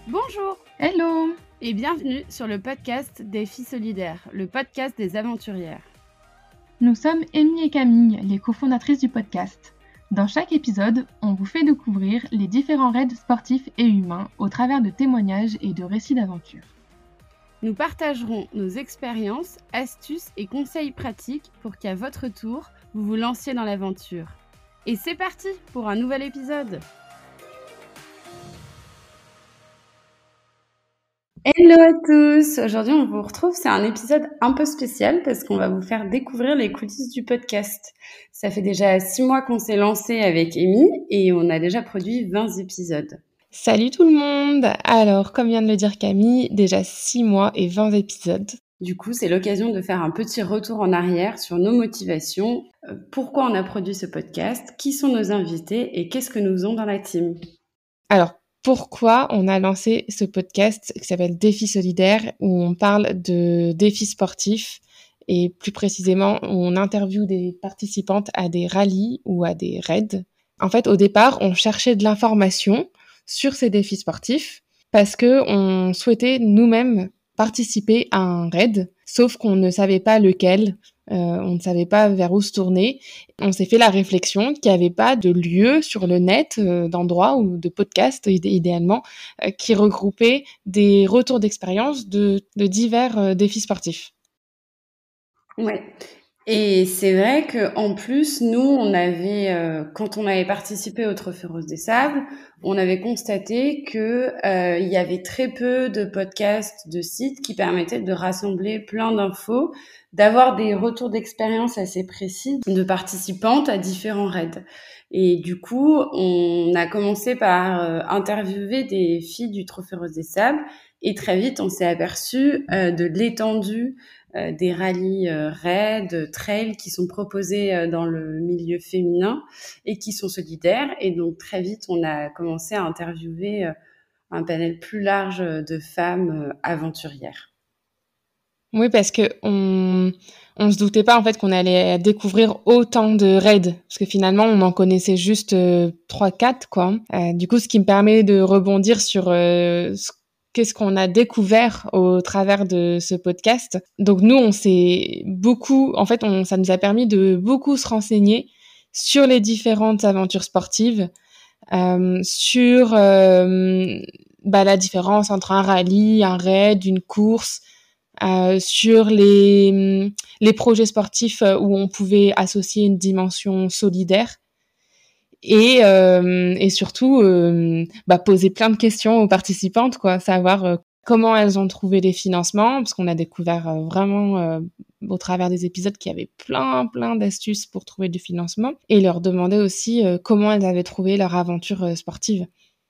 Bonjour Hello! et bienvenue sur le podcast des filles solidaires, le podcast des aventurières. Nous sommes Amy et Camille, les cofondatrices du podcast. Dans chaque épisode, on vous fait découvrir les différents raids sportifs et humains au travers de témoignages et de récits d'aventure. Nous partagerons nos expériences, astuces et conseils pratiques pour qu'à votre tour, vous vous lanciez dans l'aventure. Et c'est parti pour un nouvel épisode. Hello à tous! Aujourd'hui, on vous retrouve. C'est un épisode un peu spécial parce qu'on va vous faire découvrir les coulisses du podcast. Ça fait déjà 6 mois qu'on s'est lancé avec Amy et on a déjà produit 20 épisodes. Salut tout le monde! Alors, comme vient de le dire Camille, déjà 6 mois et 20 épisodes. Du coup, c'est l'occasion de faire un petit retour en arrière sur nos motivations, pourquoi on a produit ce podcast, qui sont nos invités et qu'est-ce que nous faisons dans la team. Alors, pourquoi on a lancé ce podcast qui s'appelle Défis solidaires, où on parle de défis sportifs et plus précisément, on interviewe des participantes à des rallyes ou à des raids. En fait, au départ, on cherchait de l'information sur ces défis sportifs parce que on souhaitait nous-mêmes participer à un raid, sauf qu'on ne savait pas lequel, on ne savait pas vers où se tourner. On s'est fait la réflexion qu'il n'y avait pas de lieu sur le net, d'endroits ou de podcasts idéalement, qui regroupait des retours d'expérience de divers défis sportifs. Ouais. Et c'est vrai qu'en plus, nous, on avait, quand on avait participé au Trophée Rose des Sables, on avait constaté que il y avait très peu de podcasts, de sites qui permettaient de rassembler plein d'infos, d'avoir des retours d'expérience assez précis de participantes à différents raids. Et du coup, on a commencé par interviewer des filles du Trophée Rose des Sables, et très vite, on s'est aperçu de l'étendue des rallyes raids, trails qui sont proposés dans le milieu féminin et qui sont solidaires. Et donc très vite, on a commencé à interviewer un panel plus large de femmes aventurières. Oui, parce que on se doutait pas en fait qu'on allait découvrir autant de raids, parce que finalement on en connaissait juste 3-4 quoi. Du coup, ce qui me permet de rebondir sur qu'est-ce qu'on a découvert au travers de ce podcast. Donc nous, on s'est beaucoup, en fait, ça nous a permis de beaucoup se renseigner sur les différentes aventures sportives, sur la différence entre un rallye, un raid, une course. Sur les projets sportifs où on pouvait associer une dimension solidaire et surtout poser plein de questions aux participantes, quoi, savoir comment elles ont trouvé les financements, parce qu'on a découvert vraiment au travers des épisodes qu'il y avait plein d'astuces pour trouver du financement, et leur demander aussi comment elles avaient trouvé leur aventure sportive.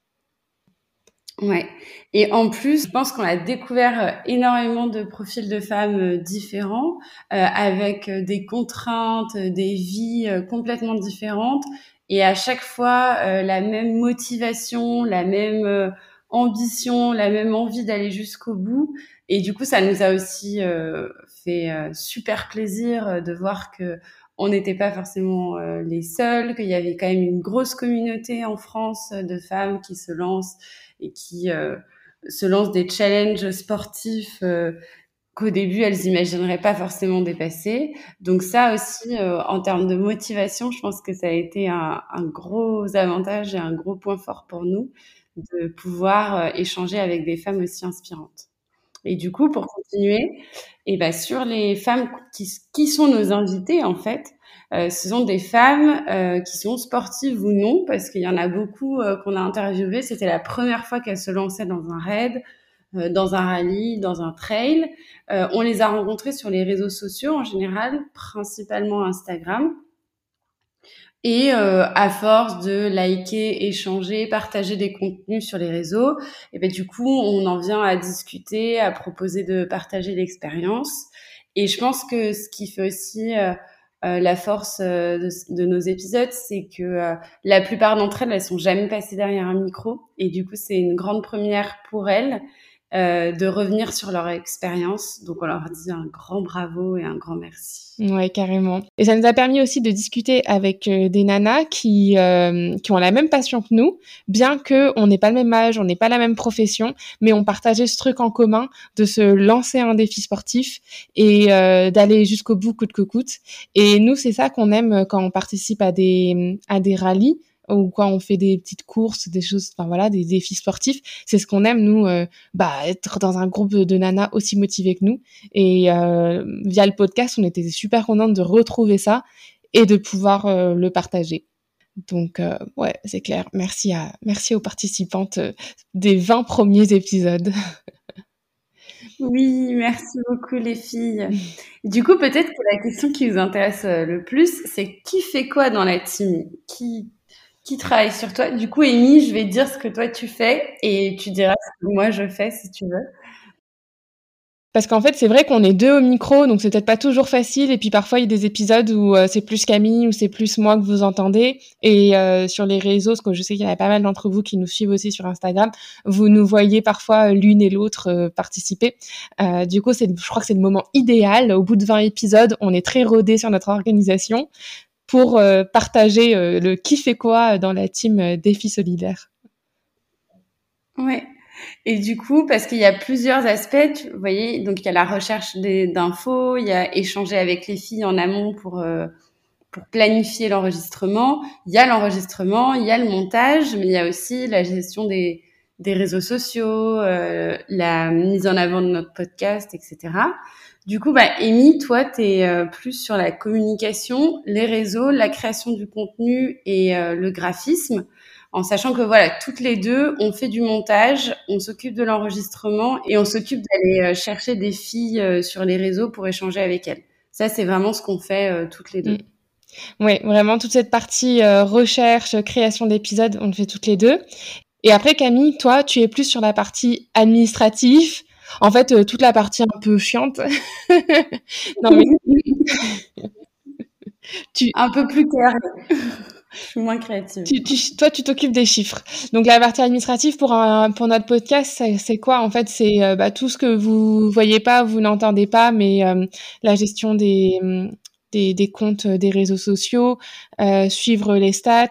Ouais. Et en plus, je pense qu'on a découvert énormément de profils de femmes différents, avec des contraintes, des vies complètement différentes, et à chaque fois la même motivation, la même ambition, la même envie d'aller jusqu'au bout. Et du coup, ça nous a aussi fait super plaisir de voir que on n'était pas forcément les seules, qu'il y avait quand même une grosse communauté en France de femmes qui se lancent et qui se lancent des challenges sportifs qu'au début, elles imagineraient pas forcément dépasser. Donc ça aussi, en termes de motivation, je pense que ça a été un gros avantage et un gros point fort pour nous de pouvoir échanger avec des femmes aussi inspirantes. Et du coup, pour continuer, sur les femmes qui sont nos invitées, en fait, ce sont des femmes qui sont sportives ou non, parce qu'il y en a beaucoup qu'on a interviewées. C'était la première fois qu'elles se lançaient dans un raid, dans un rallye, dans un trail. On les a rencontrées sur les réseaux sociaux en général, principalement Instagram. Et à force de liker, échanger, partager des contenus sur les réseaux, et ben du coup, on en vient à discuter, à proposer de partager l'expérience. Et je pense que ce qui fait aussi la force de nos épisodes, c'est que la plupart d'entre elles, elles sont jamais passées derrière un micro. Et du coup, c'est une grande première pour elles. de revenir sur leur expérience. Donc, on leur dit un grand bravo et un grand merci. Ouais, carrément. Et ça nous a permis aussi de discuter avec des nanas qui ont la même passion que nous, bien que on n'ait pas le même âge, on n'ait pas la même profession, mais on partageait ce truc en commun de se lancer un défi sportif et d'aller jusqu'au bout coûte que coûte. Et nous, c'est ça qu'on aime quand on participe à des rallyes ou quand on fait des petites courses, des choses, enfin voilà, des défis sportifs. C'est ce qu'on aime, nous, être dans un groupe de nanas aussi motivées que nous. Et via le podcast, on était super contente de retrouver ça et de pouvoir le partager. Donc, ouais, c'est clair. Merci aux participantes des 20 premiers épisodes. Oui, merci beaucoup les filles. Du coup, peut-être que la question qui vous intéresse le plus, c'est qui fait quoi dans la team? Qui travaille sur toi? Du coup, Amy, je vais dire ce que toi tu fais et tu diras ce que moi je fais si tu veux. Parce qu'en fait, c'est vrai qu'on est deux au micro, donc c'est peut-être pas toujours facile. Et puis parfois, il y a des épisodes où c'est plus Camille ou c'est plus moi que vous entendez. Et sur les réseaux, parce que je sais qu'il y a pas mal d'entre vous qui nous suivent aussi sur Instagram, vous nous voyez parfois l'une et l'autre participer. Du coup, je crois que c'est le moment idéal. Au bout de 20 épisodes, on est très rodés sur notre organisation pour partager le qui fait quoi dans la team Défi Solidaire. Ouais. Et du coup, parce qu'il y a plusieurs aspects, vous voyez, donc il y a la recherche d'infos, il y a échanger avec les filles en amont pour planifier l'enregistrement, il y a l'enregistrement, il y a le montage, mais il y a aussi la gestion des réseaux sociaux, la mise en avant de notre podcast, etc. Du coup, Amy, toi, t'es plus sur la communication, les réseaux, la création du contenu et le graphisme, en sachant que voilà, toutes les deux, on fait du montage, on s'occupe de l'enregistrement et on s'occupe d'aller chercher des filles sur les réseaux pour échanger avec elles. Ça, c'est vraiment ce qu'on fait toutes les deux. Oui, vraiment, toute cette partie recherche, création d'épisodes, on le fait toutes les deux. Et après, Camille, toi, tu es plus sur la partie administrative. En fait, toute la partie un peu chiante. Non, mais... Un peu plus clair. Je suis moins créative. Toi, tu t'occupes des chiffres. Donc, la partie administrative pour notre podcast, c'est quoi? En fait, c'est tout ce que vous voyez pas, vous n'entendez pas, mais la gestion des comptes des réseaux sociaux, suivre les stats.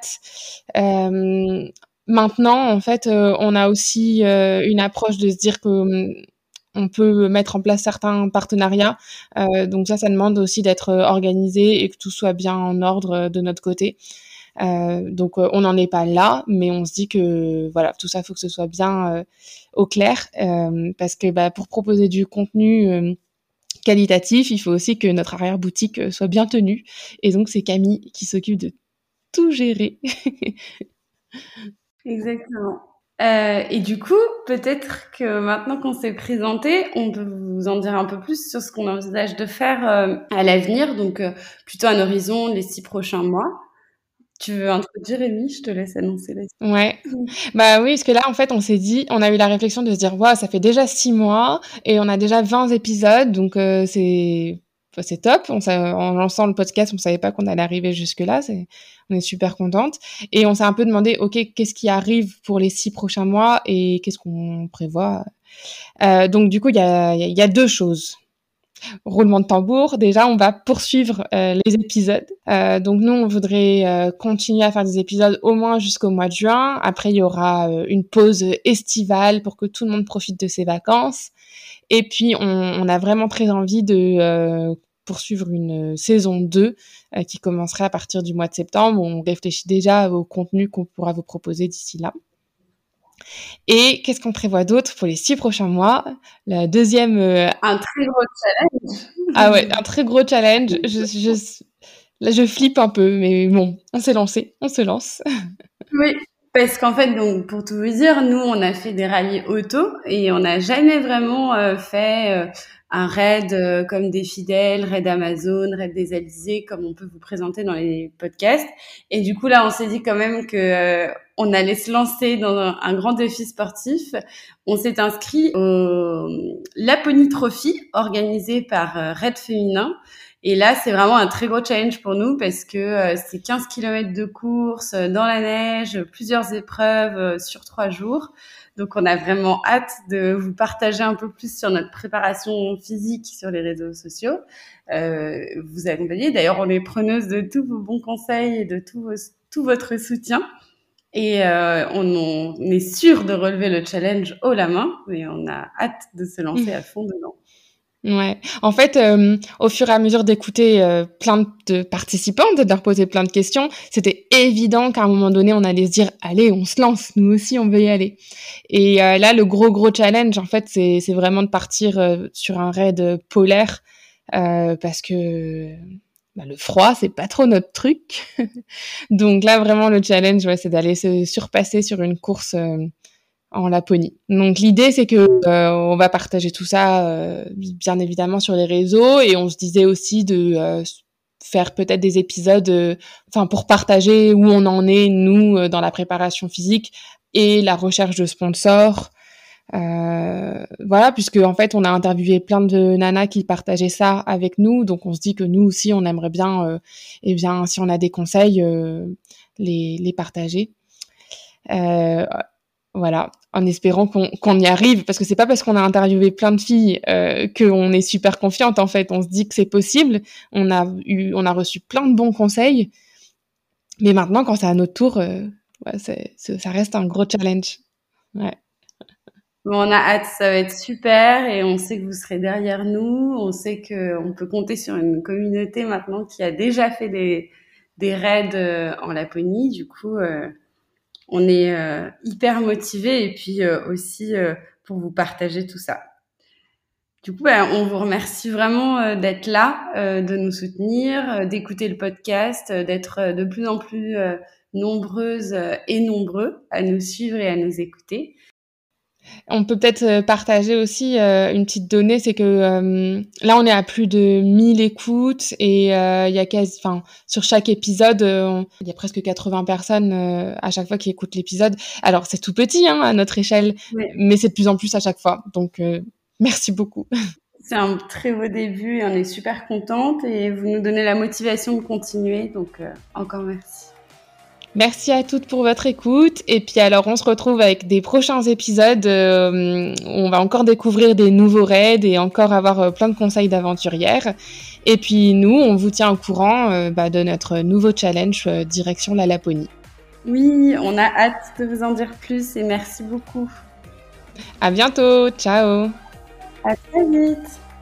Maintenant, en fait, on a aussi une approche de se dire que on peut mettre en place certains partenariats. Donc ça demande aussi d'être organisé et que tout soit bien en ordre de notre côté. Donc on n'en est pas là, mais on se dit que voilà, tout ça, faut que ce soit bien au clair, parce que pour proposer du contenu qualitatif, il faut aussi que notre arrière-boutique soit bien tenue. Et donc c'est Camille qui s'occupe de tout gérer. Exactement. Et du coup, peut-être que maintenant qu'on s'est présenté, on peut vous en dire un peu plus sur ce qu'on envisage de faire à l'avenir, donc plutôt un horizon les 6 prochains mois. Tu veux introduire, Rémi? Je te laisse annoncer la suite. Ouais. Bah oui, parce que là, en fait, on a eu la réflexion de se dire, waouh, ça fait déjà 6 mois et on a déjà 20 épisodes, donc c'est top. En lançant le podcast, on savait pas qu'on allait arriver jusque-là. On est super contente. Et on s'est un peu demandé, OK, qu'est-ce qui arrive pour les 6 prochains mois et qu'est-ce qu'on prévoit? Donc, du coup, il y a deux choses. Roulement de tambour, déjà on va poursuivre les épisodes. Donc nous on voudrait continuer à faire des épisodes au moins jusqu'au mois de juin. Après il y aura une pause estivale pour que tout le monde profite de ses vacances. Et puis on a vraiment très envie de poursuivre une saison 2 qui commencerait à partir du mois de septembre. On réfléchit déjà au contenu qu'on pourra vous proposer d'ici là. Et qu'est-ce qu'on prévoit d'autre pour les 6 prochains mois? La deuxième... Un très gros challenge. Ah ouais, un très gros challenge. Là, je flippe un peu, mais bon, on s'est lancé, on se lance. Oui, parce qu'en fait, donc pour tout vous dire, nous, on a fait des rallyes auto et on n'a jamais vraiment fait un raid comme des Fidèles, raid Amazon, raid des Alizés, comme on peut vous présenter dans les podcasts. Et du coup, là, on s'est dit quand même que on allait se lancer dans un grand défi sportif. On s'est inscrit au Laponie Trophy, organisé par Raid Féminin. Et là, c'est vraiment un très gros challenge pour nous parce que c'est 15 kilomètres de course dans la neige, plusieurs épreuves sur 3 jours. Donc, on a vraiment hâte de vous partager un peu plus sur notre préparation physique sur les réseaux sociaux. Vous accompagner. D'ailleurs, on est preneuse de tous vos bons conseils et de tout votre soutien. Et on est sûr de relever le challenge haut la main, mais on a hâte de se lancer à fond dedans. Ouais. En fait, au fur et à mesure d'écouter plein de participants, de leur poser plein de questions, c'était évident qu'à un moment donné, on allait se dire, allez, on se lance, nous aussi, on veut y aller. Et là, le gros challenge, en fait, c'est vraiment de partir sur un raid polaire, parce que le froid, c'est pas trop notre truc. Donc là, vraiment, le challenge, ouais, c'est d'aller se surpasser sur une course en Laponie. Donc l'idée, c'est que on va partager tout ça, bien évidemment, sur les réseaux, et on se disait aussi de faire peut-être des épisodes, pour partager où on en est, nous, dans la préparation physique et la recherche de sponsors. Voilà, puisque en fait, on a interviewé plein de nanas qui partageaient ça avec nous, donc on se dit que nous aussi, on aimerait bien, si on a des conseils, les partager. Voilà, en espérant qu'on y arrive, parce que c'est pas parce qu'on a interviewé plein de filles qu'on est super confiante. En fait, on se dit que c'est possible. On a reçu plein de bons conseils, mais maintenant, quand c'est à notre tour, ça reste un gros challenge. Ouais. Bon, on a hâte, ça va être super, et on sait que vous serez derrière nous. On sait qu'on peut compter sur une communauté maintenant qui a déjà fait des raids en Laponie. Du coup, on est hyper motivés, et puis aussi pour vous partager tout ça. Du coup, on vous remercie vraiment d'être là, de nous soutenir, d'écouter le podcast, d'être de plus en plus nombreuses et nombreux à nous suivre et à nous écouter. On peut peut-être partager aussi une petite donnée, c'est que là on est à plus de 1000 écoutes, et il y a sur chaque épisode, il y a presque 80 personnes à chaque fois qui écoutent l'épisode. Alors c'est tout petit à notre échelle, oui, mais c'est de plus en plus à chaque fois. Donc merci beaucoup. C'est un très beau début et on est super contente, et vous nous donnez la motivation de continuer, donc encore merci. Merci à toutes pour votre écoute, et puis alors on se retrouve avec des prochains épisodes où on va encore découvrir des nouveaux raids et encore avoir plein de conseils d'aventurières, et puis nous on vous tient au courant de notre nouveau challenge direction la Laponie. Oui, on a hâte de vous en dire plus, et merci beaucoup. À bientôt, ciao. À très vite.